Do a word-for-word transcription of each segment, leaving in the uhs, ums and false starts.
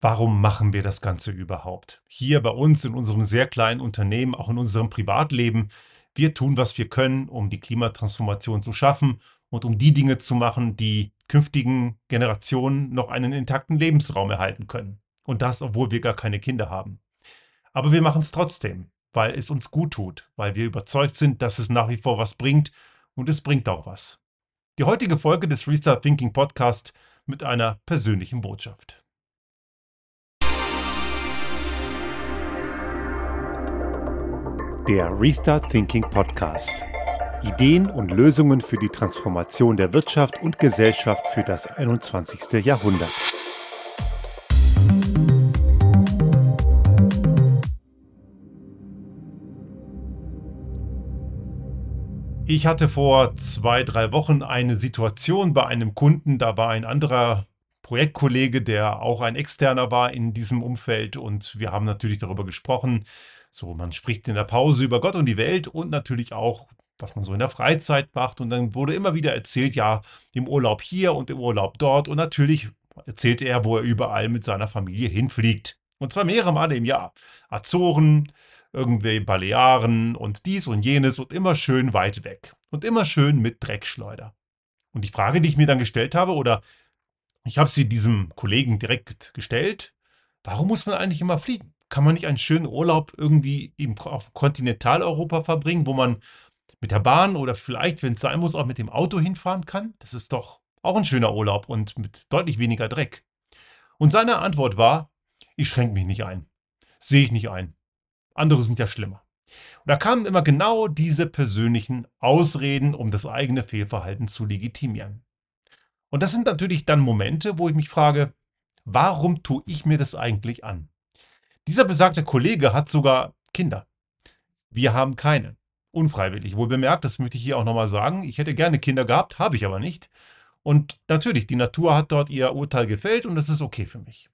Warum machen wir das Ganze überhaupt? Hier bei uns in unserem sehr kleinen Unternehmen, auch in unserem Privatleben. Wir tun, was wir können, um die Klimatransformation zu schaffen und um die Dinge zu machen, die künftigen Generationen noch einen intakten Lebensraum erhalten können. Und das, obwohl wir gar keine Kinder haben. Aber wir machen es trotzdem, weil es uns gut tut, weil wir überzeugt sind, dass es nach wie vor was bringt und es bringt auch was. Die heutige Folge des Restart Thinking Podcast mit einer persönlichen Botschaft. Der Restart Thinking Podcast. Ideen und Lösungen für die Transformation der Wirtschaft und Gesellschaft für das einundzwanzigste. Jahrhundert. Ich hatte vor zwei, drei Wochen eine Situation bei einem Kunden, da war ein anderer Projektkollege, der auch ein Externer war in diesem Umfeld, und wir haben natürlich darüber gesprochen. So, man spricht in der Pause über Gott und die Welt und natürlich auch, was man so in der Freizeit macht, und dann wurde immer wieder erzählt, ja, im Urlaub hier und im Urlaub dort, und natürlich erzählte er, wo er überall mit seiner Familie hinfliegt. Und zwar mehrere Male im Jahr. Azoren, irgendwie Balearen und dies und jenes und immer schön weit weg. Und immer schön mit Dreckschleuder. Und die Frage, die ich mir dann gestellt habe, oder ich habe sie diesem Kollegen direkt gestellt: Warum muss man eigentlich immer fliegen? Kann man nicht einen schönen Urlaub irgendwie im, auf Kontinentaleuropa verbringen, wo man mit der Bahn oder vielleicht, wenn es sein muss, auch mit dem Auto hinfahren kann? Das ist doch auch ein schöner Urlaub und mit deutlich weniger Dreck. Und seine Antwort war: Ich schränke mich nicht ein. Sehe ich nicht ein. Andere sind ja schlimmer. Und da kamen immer genau diese persönlichen Ausreden, um das eigene Fehlverhalten zu legitimieren. Und das sind natürlich dann Momente, wo ich mich frage: Warum tue ich mir das eigentlich an? Dieser besagte Kollege hat sogar Kinder. Wir haben keine. Unfreiwillig. Wohl bemerkt, das möchte ich hier auch nochmal sagen. Ich hätte gerne Kinder gehabt, habe ich aber nicht. Und natürlich, die Natur hat dort ihr Urteil gefällt und das ist okay für mich.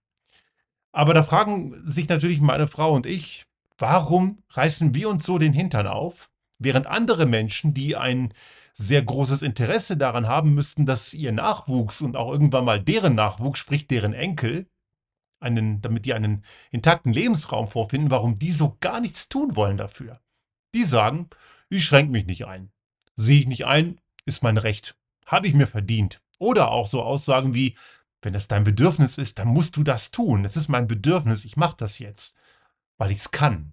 Aber da fragen sich natürlich meine Frau und ich: Warum reißen wir uns so den Hintern auf, während andere Menschen, die ein sehr großes Interesse daran haben müssten, dass ihr Nachwuchs und auch irgendwann mal deren Nachwuchs, sprich deren Enkel, einen, damit die einen intakten Lebensraum vorfinden, warum die so gar nichts tun wollen dafür? Die sagen: Ich schränke mich nicht ein. Sehe ich nicht ein, ist mein Recht. Habe ich mir verdient. Oder auch so Aussagen wie: Wenn es dein Bedürfnis ist, dann musst du das tun. Es ist mein Bedürfnis, ich mache das jetzt, weil ich es kann.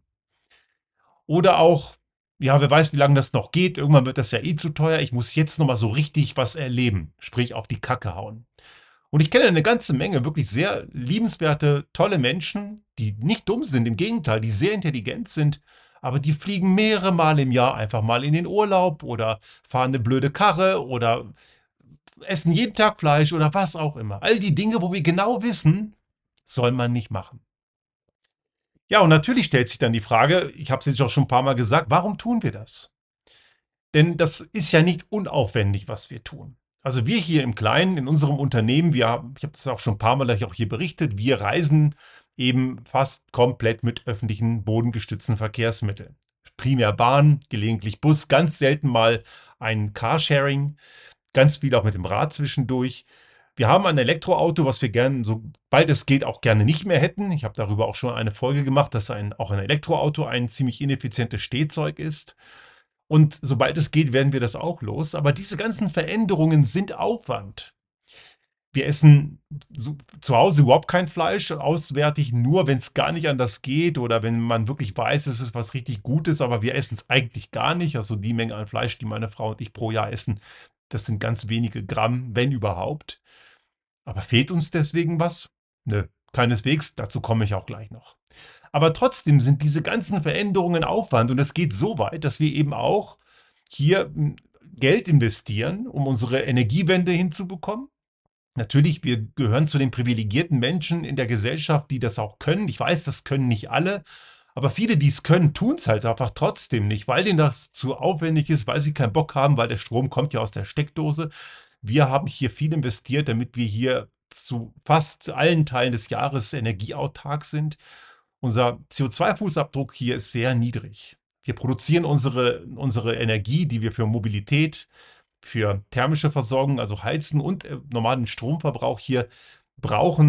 Oder auch: Ja, wer weiß, wie lange das noch geht, irgendwann wird das ja eh zu teuer, ich muss jetzt nochmal so richtig was erleben, sprich auf die Kacke hauen. Und ich kenne eine ganze Menge wirklich sehr liebenswerte, tolle Menschen, die nicht dumm sind, im Gegenteil, die sehr intelligent sind, aber die fliegen mehrere Mal im Jahr einfach mal in den Urlaub oder fahren eine blöde Karre oder essen jeden Tag Fleisch oder was auch immer. All die Dinge, wo wir genau wissen, soll man nicht machen. Ja, und natürlich stellt sich dann die Frage, ich habe es jetzt auch schon ein paar Mal gesagt: Warum tun wir das? Denn das ist ja nicht unaufwendig, was wir tun. Also wir hier im Kleinen, in unserem Unternehmen, wir haben, ich habe das auch schon ein paar Mal gleich auch hier berichtet, wir reisen eben fast komplett mit öffentlichen bodengestützten Verkehrsmitteln. Primär Bahn, gelegentlich Bus, ganz selten mal ein Carsharing, ganz viel auch mit dem Rad zwischendurch. Wir haben ein Elektroauto, was wir gerne, sobald es geht, auch gerne nicht mehr hätten. Ich habe darüber auch schon eine Folge gemacht, dass ein, auch ein Elektroauto ein ziemlich ineffizientes Stehzeug ist. Und sobald es geht, werden wir das auch los. Aber diese ganzen Veränderungen sind Aufwand. Wir essen so, zu Hause überhaupt kein Fleisch, auswärtig nur, wenn es gar nicht anders geht oder wenn man wirklich weiß, es ist was richtig Gutes, aber wir essen es eigentlich gar nicht. Also die Menge an Fleisch, die meine Frau und ich pro Jahr essen, das sind ganz wenige Gramm, wenn überhaupt. Aber fehlt uns deswegen was? Nö, keineswegs, dazu komme ich auch gleich noch. Aber trotzdem sind diese ganzen Veränderungen Aufwand, und es geht so weit, dass wir eben auch hier hm, Geld investieren, um unsere Energiewende hinzubekommen. Natürlich, wir gehören zu den privilegierten Menschen in der Gesellschaft, die das auch können. Ich weiß, das können nicht alle, aber viele, die es können, tun es halt einfach trotzdem nicht, weil denen das zu aufwendig ist, weil sie keinen Bock haben, weil der Strom kommt ja aus der Steckdose. Wir haben hier viel investiert, damit wir hier zu fast allen Teilen des Jahres energieautark sind. Unser C O zwei Fußabdruck hier ist sehr niedrig. Wir produzieren unsere, unsere Energie, die wir für Mobilität, für thermische Versorgung, also Heizen und äh, normalen Stromverbrauch hier brauchen,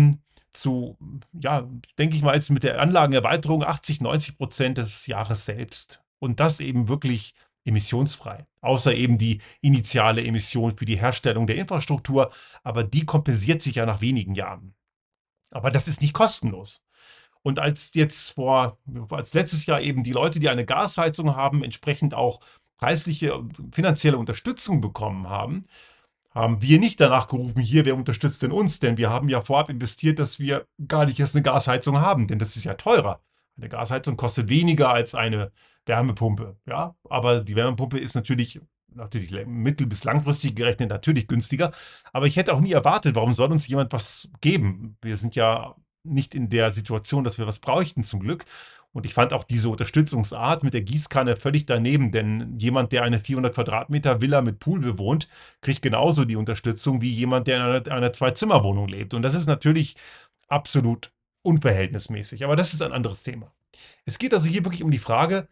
zu, ja, denke ich mal jetzt mit der Anlagenerweiterung achtzig, neunzig Prozent des Jahres selbst. Und das eben wirklich emissionsfrei. Außer eben die initiale Emission für die Herstellung der Infrastruktur, aber die kompensiert sich ja nach wenigen Jahren. Aber das ist nicht kostenlos. Und als jetzt vor, als letztes Jahr eben die Leute, die eine Gasheizung haben, entsprechend auch preisliche und finanzielle Unterstützung bekommen haben, haben wir nicht danach gerufen, hier, wer unterstützt denn uns? Denn wir haben ja vorab investiert, dass wir gar nicht erst eine Gasheizung haben, denn das ist ja teurer. Eine Gasheizung kostet weniger als eine Wärmepumpe, ja, aber die Wärmepumpe ist natürlich, natürlich mittel- bis langfristig gerechnet natürlich günstiger. Aber ich hätte auch nie erwartet, warum soll uns jemand was geben? Wir sind ja nicht in der Situation, dass wir was bräuchten, zum Glück. Und ich fand auch diese Unterstützungsart mit der Gießkanne völlig daneben, denn jemand, der eine vierhundert Quadratmeter Villa mit Pool bewohnt, kriegt genauso die Unterstützung wie jemand, der in einer, einer Zwei-Zimmer-Wohnung lebt. Und das ist natürlich absolut unverhältnismäßig. Aber das ist ein anderes Thema. Es geht also hier wirklich um die Frage,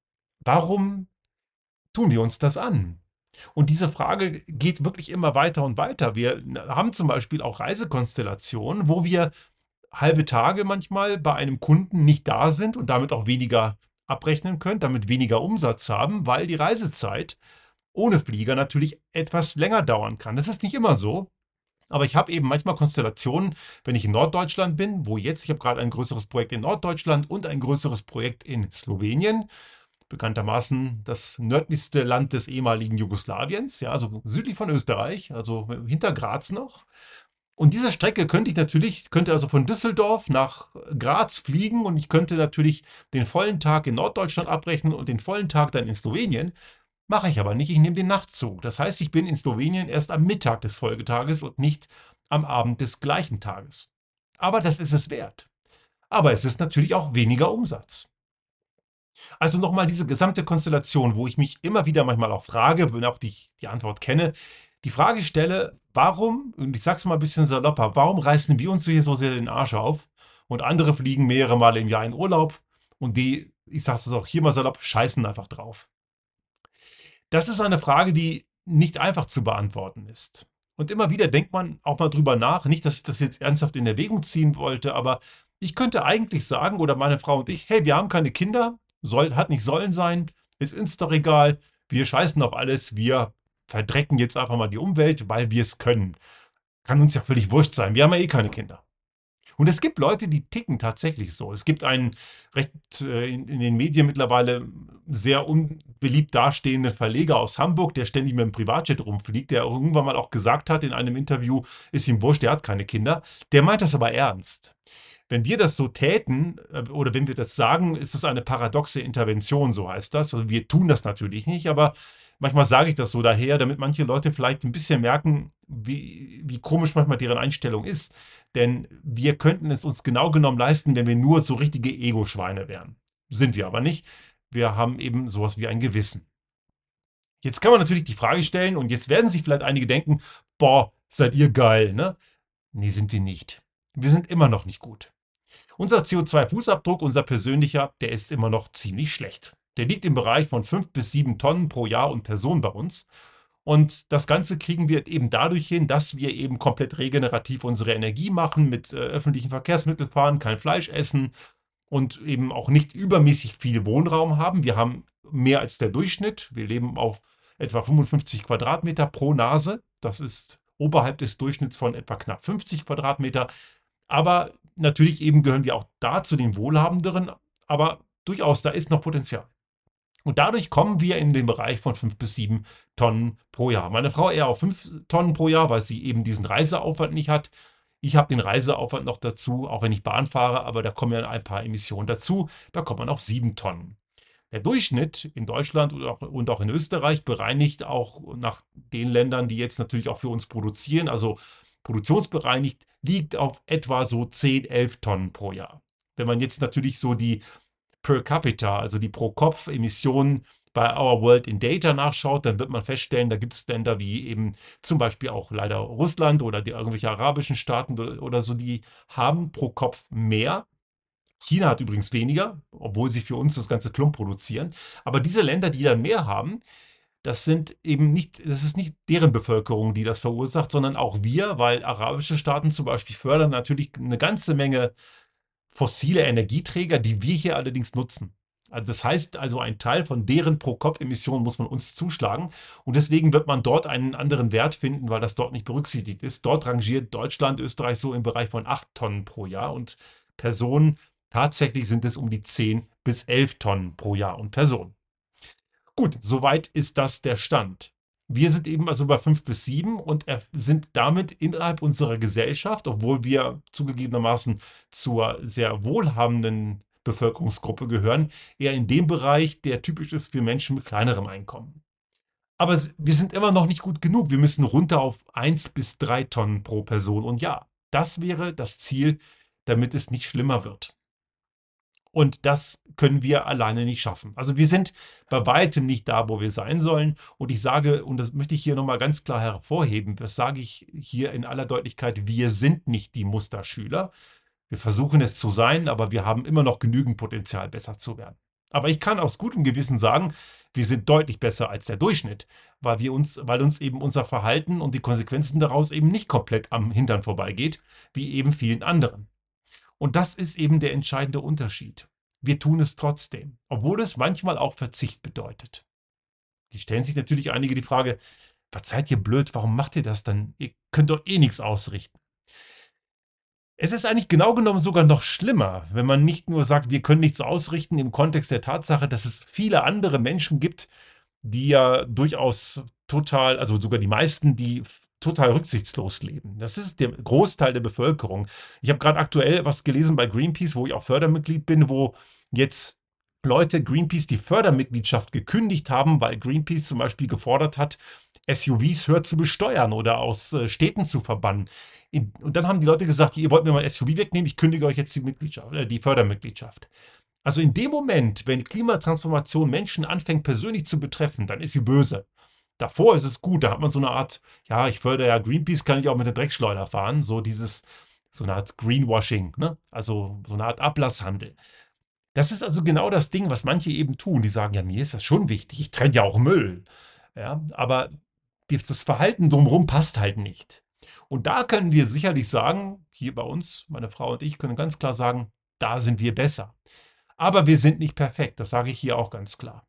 warum tun wir uns das an? Und diese Frage geht wirklich immer weiter und weiter. Wir haben zum Beispiel auch Reisekonstellationen, wo wir halbe Tage manchmal bei einem Kunden nicht da sind und damit auch weniger abrechnen können, damit weniger Umsatz haben, weil die Reisezeit ohne Flieger natürlich etwas länger dauern kann. Das ist nicht immer so, aber ich habe eben manchmal Konstellationen, wenn ich in Norddeutschland bin, wo jetzt, ich habe gerade ein größeres Projekt in Norddeutschland und ein größeres Projekt in Slowenien, bekanntermaßen das nördlichste Land des ehemaligen Jugoslawiens, ja, also südlich von Österreich, also hinter Graz noch. Und diese Strecke könnte ich natürlich, könnte also von Düsseldorf nach Graz fliegen und ich könnte natürlich den vollen Tag in Norddeutschland abrechnen und den vollen Tag dann in Slowenien. Mache ich aber nicht, ich nehme den Nachtzug. Das heißt, ich bin in Slowenien erst am Mittag des Folgetages und nicht am Abend des gleichen Tages. Aber das ist es wert. Aber es ist natürlich auch weniger Umsatz. Also nochmal diese gesamte Konstellation, wo ich mich immer wieder manchmal auch frage, wenn auch die, die Antwort kenne, die Frage stelle, warum, und ich sage es mal ein bisschen salopper, warum reißen wir uns hier so sehr den Arsch auf und andere fliegen mehrere Male im Jahr in Urlaub und die, ich sage es auch hier mal salopp, scheißen einfach drauf. Das ist eine Frage, die nicht einfach zu beantworten ist. Und immer wieder denkt man auch mal drüber nach, nicht, dass ich das jetzt ernsthaft in Erwägung ziehen wollte, aber ich könnte eigentlich sagen, oder meine Frau und ich, hey, wir haben keine Kinder, soll, hat nicht sollen sein, ist uns doch egal, wir scheißen auf alles, wir verdrecken jetzt einfach mal die Umwelt, weil wir es können. Kann uns ja völlig wurscht sein, wir haben ja eh keine Kinder. Und es gibt Leute, die ticken tatsächlich so. Es gibt einen recht äh, in, in den Medien mittlerweile sehr unbeliebt dastehenden Verleger aus Hamburg, der ständig mit dem Privatjet rumfliegt, der irgendwann mal auch gesagt hat in einem Interview, ist ihm wurscht, der hat keine Kinder. Der meint das aber ernst. Wenn wir das so täten äh, oder wenn wir das sagen, ist das eine paradoxe Intervention, so heißt das. Also wir tun das natürlich nicht, aber manchmal sage ich das so daher, damit manche Leute vielleicht ein bisschen merken, wie, wie komisch manchmal deren Einstellung ist. Denn wir könnten es uns genau genommen leisten, wenn wir nur so richtige Ego-Schweine wären. Sind wir aber nicht. Wir haben eben sowas wie ein Gewissen. Jetzt kann man natürlich die Frage stellen und jetzt werden sich vielleicht einige denken, boah, seid ihr geil, ne? Nee, sind wir nicht. Wir sind immer noch nicht gut. Unser C O zwei Fußabdruck, unser persönlicher, der ist immer noch ziemlich schlecht. Der liegt im Bereich von fünf bis sieben Tonnen pro Jahr und Person bei uns. Und das Ganze kriegen wir eben dadurch hin, dass wir eben komplett regenerativ unsere Energie machen, mit äh, öffentlichen Verkehrsmitteln fahren, kein Fleisch essen und eben auch nicht übermäßig viel Wohnraum haben. Wir haben mehr als der Durchschnitt. Wir leben auf etwa fünfundfünfzig Quadratmeter pro Nase. Das ist oberhalb des Durchschnitts von etwa knapp fünfzig Quadratmeter. Aber natürlich eben gehören wir auch da zu den Wohlhabenderen, aber durchaus, da ist noch Potenzial. Und dadurch kommen wir in den Bereich von fünf bis sieben Tonnen pro Jahr. Meine Frau eher auf fünf Tonnen pro Jahr, weil sie eben diesen Reiseaufwand nicht hat. Ich habe den Reiseaufwand noch dazu, auch wenn ich Bahn fahre, aber da kommen ja ein paar Emissionen dazu. Da kommt man auf sieben Tonnen. Der Durchschnitt in Deutschland und auch, und auch in Österreich bereinigt auch nach den Ländern, die jetzt natürlich auch für uns produzieren, also produktionsbereinigt, liegt auf etwa so zehn, elf Tonnen pro Jahr. Wenn man jetzt natürlich so die per capita, also die Pro-Kopf-Emissionen bei Our World in Data nachschaut, dann wird man feststellen, da gibt es Länder wie eben zum Beispiel auch leider Russland oder die irgendwelche arabischen Staaten oder, oder so, die haben pro Kopf mehr. China hat übrigens weniger, obwohl sie für uns das ganze Klump produzieren. Aber diese Länder, die dann mehr haben, das sind eben nicht, das ist nicht deren Bevölkerung, die das verursacht, sondern auch wir, weil arabische Staaten zum Beispiel fördern natürlich eine ganze Menge fossile Energieträger, die wir hier allerdings nutzen. Also das heißt also, ein Teil von deren Pro-Kopf-Emissionen muss man uns zuschlagen und deswegen wird man dort einen anderen Wert finden, weil das dort nicht berücksichtigt ist. Dort rangiert Deutschland, Österreich so im Bereich von acht Tonnen pro Jahr und Personen, tatsächlich sind es um die zehn bis elf Tonnen pro Jahr und Person. Gut, soweit ist das der Stand. Wir sind eben also bei fünf bis sieben und er- sind damit innerhalb unserer Gesellschaft, obwohl wir zugegebenermaßen zur sehr wohlhabenden Bevölkerungsgruppe gehören, eher in dem Bereich, der typisch ist für Menschen mit kleinerem Einkommen. Aber s- wir sind immer noch nicht gut genug. Wir müssen runter auf eins bis drei Tonnen pro Person. Und ja, das wäre das Ziel, damit es nicht schlimmer wird. Und das können wir alleine nicht schaffen. Also wir sind bei weitem nicht da, wo wir sein sollen. Und ich sage, und das möchte ich hier nochmal ganz klar hervorheben, das sage ich hier in aller Deutlichkeit, wir sind nicht die Musterschüler. Wir versuchen es zu sein, aber wir haben immer noch genügend Potenzial, besser zu werden. Aber ich kann aus gutem Gewissen sagen, wir sind deutlich besser als der Durchschnitt, weil wir uns, weil uns eben unser Verhalten und die Konsequenzen daraus eben nicht komplett am Hintern vorbeigeht, wie eben vielen anderen. Und das ist eben der entscheidende Unterschied. Wir tun es trotzdem, obwohl es manchmal auch Verzicht bedeutet. Die stellen sich natürlich einige die Frage, was seid ihr blöd, warum macht ihr das dann? Ihr könnt doch eh nichts ausrichten. Es ist eigentlich genau genommen sogar noch schlimmer, wenn man nicht nur sagt, wir können nichts ausrichten im Kontext der Tatsache, dass es viele andere Menschen gibt, die ja durchaus total, also sogar die meisten, die f- total rücksichtslos leben. Das ist der Großteil der Bevölkerung. Ich habe gerade aktuell was gelesen bei Greenpeace, wo ich auch Fördermitglied bin, wo jetzt Leute Greenpeace die Fördermitgliedschaft gekündigt haben, weil Greenpeace zum Beispiel gefordert hat, S U Vs höher zu besteuern oder aus äh, Städten zu verbannen. In, und dann haben die Leute gesagt, ihr wollt mir mein S U V wegnehmen, ich kündige euch jetzt die Mitgliedschaft, äh, die Fördermitgliedschaft. Also in dem Moment, wenn Klimatransformation Menschen anfängt persönlich zu betreffen, dann ist sie böse. Davor ist es gut, da hat man so eine Art, ja, ich fördere ja Greenpeace, kann ich auch mit der Dreckschleuder fahren, so dieses, so eine Art Greenwashing, ne? Also so eine Art Ablasshandel. Das ist also genau das Ding, was manche eben tun. Die sagen, ja, mir ist das schon wichtig, ich trenne ja auch Müll. Ja, aber dies- das Verhalten drumherum passt halt nicht. Und da können wir sicherlich sagen, hier bei uns, meine Frau und ich können ganz klar sagen, da sind wir besser. Aber wir sind nicht perfekt, das sage ich hier auch ganz klar.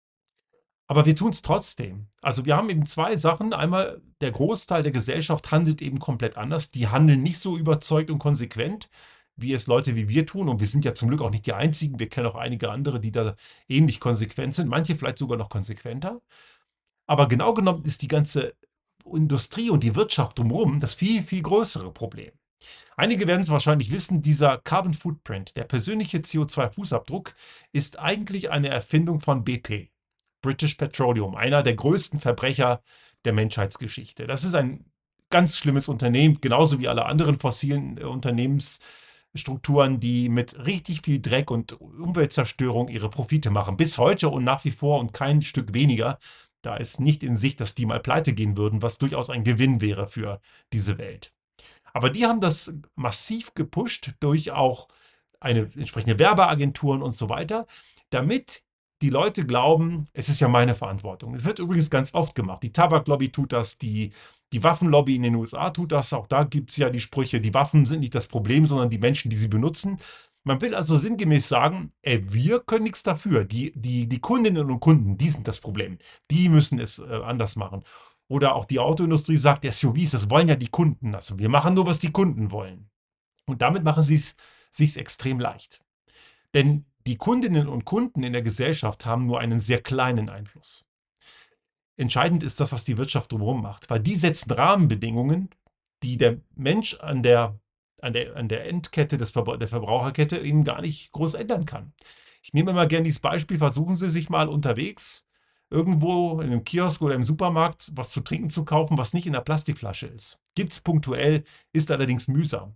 Aber wir tun es trotzdem. Also wir haben eben zwei Sachen. Einmal, der Großteil der Gesellschaft handelt eben komplett anders. Die handeln nicht so überzeugt und konsequent, wie es Leute wie wir tun. Und wir sind ja zum Glück auch nicht die Einzigen. Wir kennen auch einige andere, die da ähnlich konsequent sind. Manche vielleicht sogar noch konsequenter. Aber genau genommen ist die ganze Industrie und die Wirtschaft drumherum das viel, viel größere Problem. Einige werden es wahrscheinlich wissen, dieser Carbon Footprint, der persönliche C O zwei Fußabdruck, ist eigentlich eine Erfindung von B P, British Petroleum, einer der größten Verbrecher der Menschheitsgeschichte. Das ist ein ganz schlimmes Unternehmen, genauso wie alle anderen fossilen äh, Unternehmensstrukturen, die mit richtig viel Dreck und Umweltzerstörung ihre Profite machen. Bis heute und nach wie vor und kein Stück weniger. Da ist nicht in Sicht, dass die mal pleite gehen würden, was durchaus ein Gewinn wäre für diese Welt. Aber die haben das massiv gepusht durch auch eine entsprechende Werbeagenturen und so weiter, damit die Leute glauben, es ist ja meine Verantwortung. Es wird übrigens ganz oft gemacht. Die Tabaklobby tut das, die, die Waffenlobby in den U S A tut das. Auch da gibt es ja die Sprüche, die Waffen sind nicht das Problem, sondern die Menschen, die sie benutzen. Man will also sinngemäß sagen, ey, wir können nichts dafür. Die, die, die Kundinnen und Kunden, die sind das Problem. Die müssen es äh, anders machen. Oder auch die Autoindustrie sagt, S U Vs, das wollen ja die Kunden. Also wir machen nur, was die Kunden wollen. Und damit machen sie es sich extrem leicht. Denn die Kundinnen und Kunden in der Gesellschaft haben nur einen sehr kleinen Einfluss. Entscheidend ist das, was die Wirtschaft drumherum macht, weil die setzen Rahmenbedingungen, die der Mensch an der, an der, an der Endkette des Verbra der Verbraucherkette eben gar nicht groß ändern kann. Ich nehme immer gerne dieses Beispiel, versuchen Sie sich mal unterwegs irgendwo in einem Kiosk oder im Supermarkt was zu trinken zu kaufen, was nicht in der Plastikflasche ist. Gibt es punktuell, ist allerdings mühsam.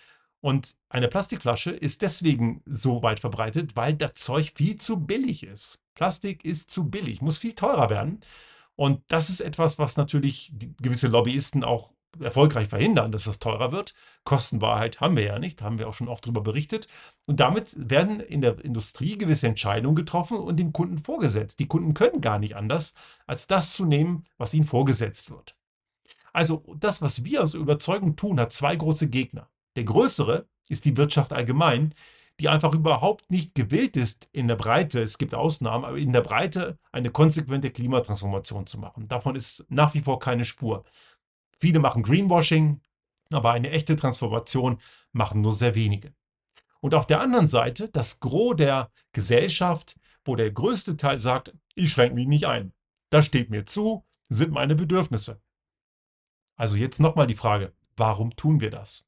Und eine Plastikflasche ist deswegen so weit verbreitet, weil das Zeug viel zu billig ist. Plastik ist zu billig, muss viel teurer werden. Und das ist etwas, was natürlich die gewisse Lobbyisten auch erfolgreich verhindern, dass es teurer wird. Kostenwahrheit haben wir ja nicht, haben wir auch schon oft darüber berichtet. Und damit werden in der Industrie gewisse Entscheidungen getroffen und den Kunden vorgesetzt. Die Kunden können gar nicht anders, als das zu nehmen, was ihnen vorgesetzt wird. Also das, was wir aus Überzeugung tun, hat zwei große Gegner. Der größere ist die Wirtschaft allgemein, die einfach überhaupt nicht gewillt ist, in der Breite, es gibt Ausnahmen, aber in der Breite eine konsequente Klimatransformation zu machen. Davon ist nach wie vor keine Spur. Viele machen Greenwashing, aber eine echte Transformation machen nur sehr wenige. Und auf der anderen Seite das Gros der Gesellschaft, wo der größte Teil sagt, ich schränke mich nicht ein. Das steht mir zu, sind meine Bedürfnisse. Also jetzt nochmal die Frage, warum tun wir das?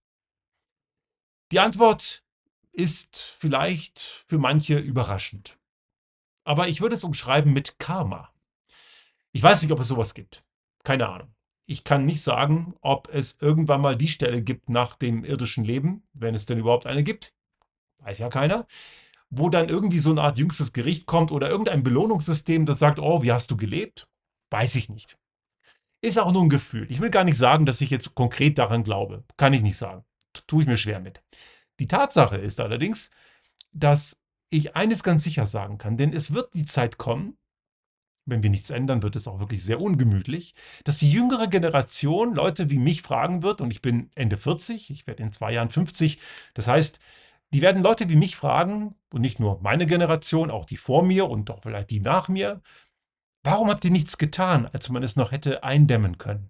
Die Antwort ist vielleicht für manche überraschend. Aber ich würde es umschreiben mit Karma. Ich weiß nicht, ob es sowas gibt. Keine Ahnung. Ich kann nicht sagen, ob es irgendwann mal die Stelle gibt nach dem irdischen Leben, wenn es denn überhaupt eine gibt. Weiß ja keiner. Wo dann irgendwie so eine Art jüngstes Gericht kommt oder irgendein Belohnungssystem, das sagt, oh, wie hast du gelebt? Weiß ich nicht. Ist auch nur ein Gefühl. Ich will gar nicht sagen, dass ich jetzt konkret daran glaube. Kann ich nicht sagen. Tue ich mir schwer mit. Die Tatsache ist allerdings, dass ich eines ganz sicher sagen kann, denn es wird die Zeit kommen, wenn wir nichts ändern, wird es auch wirklich sehr ungemütlich, dass die jüngere Generation Leute wie mich fragen wird, und ich bin Ende vierzig, ich werde in zwei Jahren fünfzig, das heißt, die werden Leute wie mich fragen, und nicht nur meine Generation, auch die vor mir und auch vielleicht die nach mir, warum habt ihr nichts getan, als man es noch hätte eindämmen können?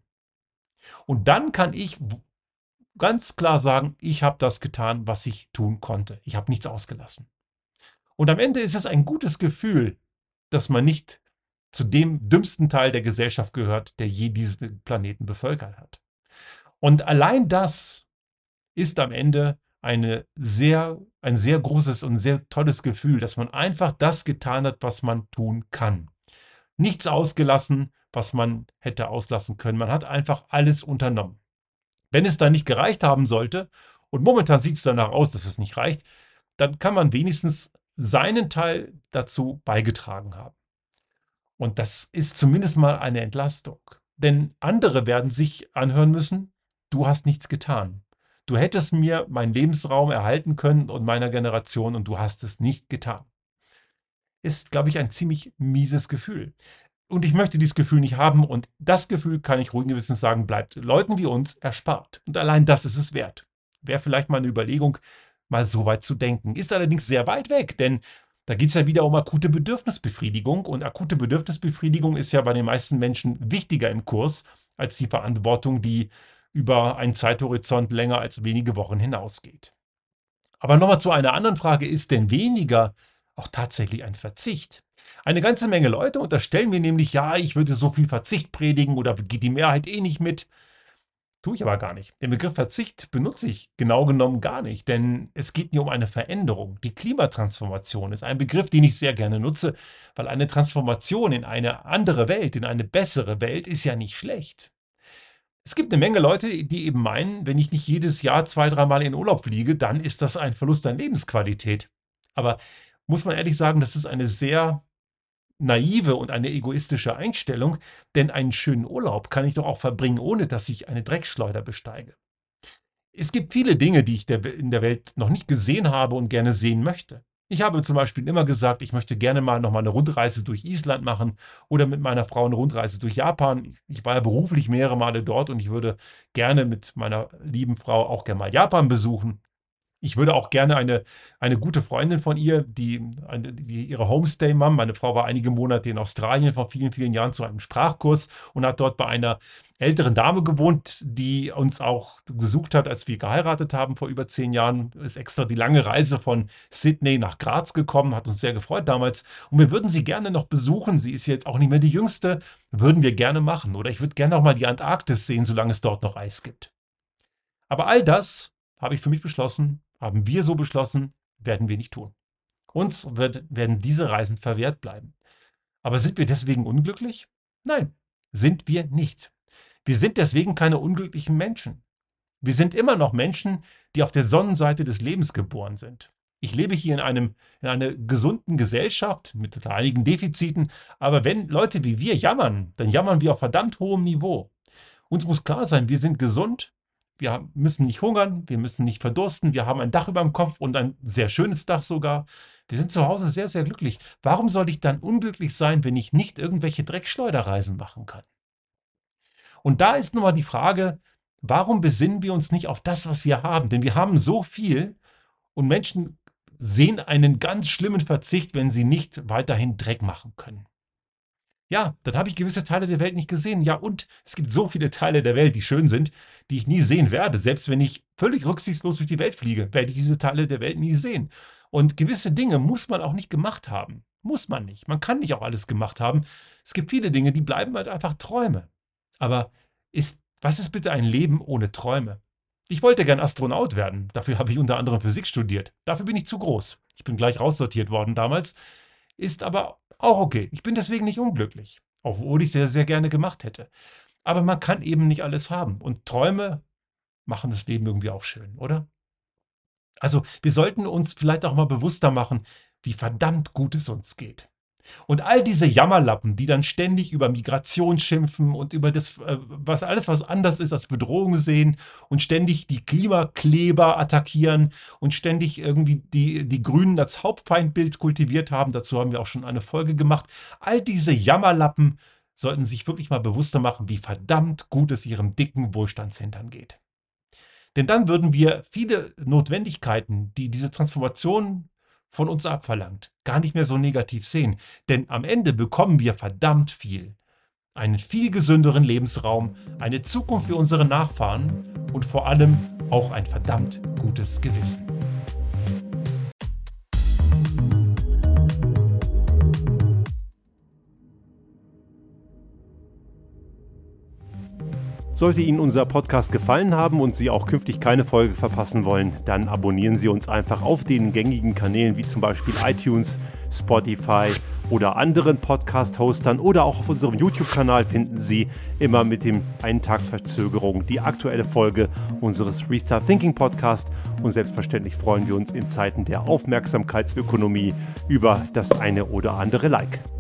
Und dann kann ich ganz klar sagen, ich habe das getan, was ich tun konnte. Ich habe nichts ausgelassen. Und am Ende ist es ein gutes Gefühl, dass man nicht zu dem dümmsten Teil der Gesellschaft gehört, der je diesen Planeten bevölkert hat. Und allein das ist am Ende eine sehr, ein sehr großes und sehr tolles Gefühl, dass man einfach das getan hat, was man tun kann. Nichts ausgelassen, was man hätte auslassen können. Man hat einfach alles unternommen. Wenn es dann nicht gereicht haben sollte, und momentan sieht es danach aus, dass es nicht reicht, dann kann man wenigstens seinen Teil dazu beigetragen haben. Und das ist zumindest mal eine Entlastung. Denn andere werden sich anhören müssen, du hast nichts getan. Du hättest mir meinen Lebensraum erhalten können und meiner Generation und du hast es nicht getan. Ist, glaube ich, ein ziemlich mieses Gefühl. Und ich möchte dieses Gefühl nicht haben und das Gefühl, kann ich ruhigen Gewissens sagen, bleibt Leuten wie uns erspart. Und allein das ist es wert. Wäre vielleicht mal eine Überlegung, mal so weit zu denken. Ist allerdings sehr weit weg, denn da geht es ja wieder um akute Bedürfnisbefriedigung und akute Bedürfnisbefriedigung ist ja bei den meisten Menschen wichtiger im Kurs als die Verantwortung, die über einen Zeithorizont länger als wenige Wochen hinausgeht. Aber nochmal zu einer anderen Frage, ist denn weniger auch tatsächlich ein Verzicht? Eine ganze Menge Leute unterstellen mir nämlich, ja, ich würde so viel Verzicht predigen oder geht die Mehrheit eh nicht mit. Tue ich aber gar nicht. Den Begriff Verzicht benutze ich genau genommen gar nicht, denn es geht mir um eine Veränderung. Die Klimatransformation ist ein Begriff, den ich sehr gerne nutze, weil eine Transformation in eine andere Welt, in eine bessere Welt ist ja nicht schlecht. Es gibt eine Menge Leute, die eben meinen, wenn ich nicht jedes Jahr zwei, dreimal in Urlaub fliege, dann ist das ein Verlust an Lebensqualität. Aber muss man ehrlich sagen, das ist eine sehr naive und eine egoistische Einstellung, denn einen schönen Urlaub kann ich doch auch verbringen, ohne dass ich eine Dreckschleuder besteige. Es gibt viele Dinge, die ich der, in der Welt noch nicht gesehen habe und gerne sehen möchte. Ich habe zum Beispiel immer gesagt, ich möchte gerne mal noch mal eine Rundreise durch Island machen oder mit meiner Frau eine Rundreise durch Japan. Ich war ja beruflich mehrere Male dort und ich würde gerne mit meiner lieben Frau auch gerne mal Japan besuchen. Ich würde auch gerne eine, eine gute Freundin von ihr, die, eine, die ihre Homestay-Mom, meine Frau war einige Monate in Australien vor vielen, vielen Jahren zu einem Sprachkurs und hat dort bei einer älteren Dame gewohnt, die uns auch besucht hat, als wir geheiratet haben vor über zehn Jahren. Ist extra die lange Reise von Sydney nach Graz gekommen, hat uns sehr gefreut damals. Und wir würden sie gerne noch besuchen. Sie ist jetzt auch nicht mehr die Jüngste, würden wir gerne machen. Oder ich würde gerne auch mal die Antarktis sehen, solange es dort noch Eis gibt. Aber all das habe ich für mich beschlossen, haben wir so beschlossen, werden wir nicht tun. Uns wird, werden diese Reisen verwehrt bleiben. Aber sind wir deswegen unglücklich? Nein, sind wir nicht. Wir sind deswegen keine unglücklichen Menschen. Wir sind immer noch Menschen, die auf der Sonnenseite des Lebens geboren sind. Ich lebe hier in, einem, in einer gesunden Gesellschaft mit einigen Defiziten, aber wenn Leute wie wir jammern, dann jammern wir auf verdammt hohem Niveau. Uns muss klar sein, wir sind gesund, wir müssen nicht hungern, wir müssen nicht verdursten, wir haben ein Dach über dem Kopf und ein sehr schönes Dach sogar. Wir sind zu Hause sehr, sehr glücklich. Warum soll ich dann unglücklich sein, wenn ich nicht irgendwelche Dreckschleuderreisen machen kann? Und da ist nun mal die Frage, warum besinnen wir uns nicht auf das, was wir haben? Denn wir haben so viel und Menschen sehen einen ganz schlimmen Verzicht, wenn sie nicht weiterhin Dreck machen können. Ja, dann habe ich gewisse Teile der Welt nicht gesehen. Ja, und es gibt so viele Teile der Welt, die schön sind, die ich nie sehen werde. Selbst wenn ich völlig rücksichtslos durch die Welt fliege, werde ich diese Teile der Welt nie sehen. Und gewisse Dinge muss man auch nicht gemacht haben. Muss man nicht. Man kann nicht auch alles gemacht haben. Es gibt viele Dinge, die bleiben halt einfach Träume. Aber ist, was ist bitte ein Leben ohne Träume? Ich wollte gern Astronaut werden. Dafür habe ich unter anderem Physik studiert. Dafür bin ich zu groß. Ich bin gleich raussortiert worden damals. Ist aber auch okay. Ich bin deswegen nicht unglücklich. Obwohl ich sehr, sehr gerne gemacht hätte. Aber man kann eben nicht alles haben. Und Träume machen das Leben irgendwie auch schön, oder? Also wir sollten uns vielleicht auch mal bewusster machen, wie verdammt gut es uns geht. Und all diese Jammerlappen, die dann ständig über Migration schimpfen und über das, äh, was alles, was anders ist, als Bedrohung sehen und ständig die Klimakleber attackieren und ständig irgendwie die, die Grünen als Hauptfeindbild kultiviert haben, dazu haben wir auch schon eine Folge gemacht. All diese Jammerlappen sollten sich wirklich mal bewusster machen, wie verdammt gut es ihrem dicken Wohlstandshintern geht. Denn dann würden wir viele Notwendigkeiten, die diese Transformation von uns abverlangt, gar nicht mehr so negativ sehen. Denn am Ende bekommen wir verdammt viel. Einen viel gesünderen Lebensraum, eine Zukunft für unsere Nachfahren und vor allem auch ein verdammt gutes Gewissen. Sollte Ihnen unser Podcast gefallen haben und Sie auch künftig keine Folge verpassen wollen, dann abonnieren Sie uns einfach auf den gängigen Kanälen wie zum Beispiel iTunes, Spotify oder anderen Podcast-Hostern oder auch auf unserem YouTube-Kanal finden Sie immer mit dem einen Tag Verzögerung die aktuelle Folge unseres Restart Thinking Podcast und selbstverständlich freuen wir uns in Zeiten der Aufmerksamkeitsökonomie über das eine oder andere Like.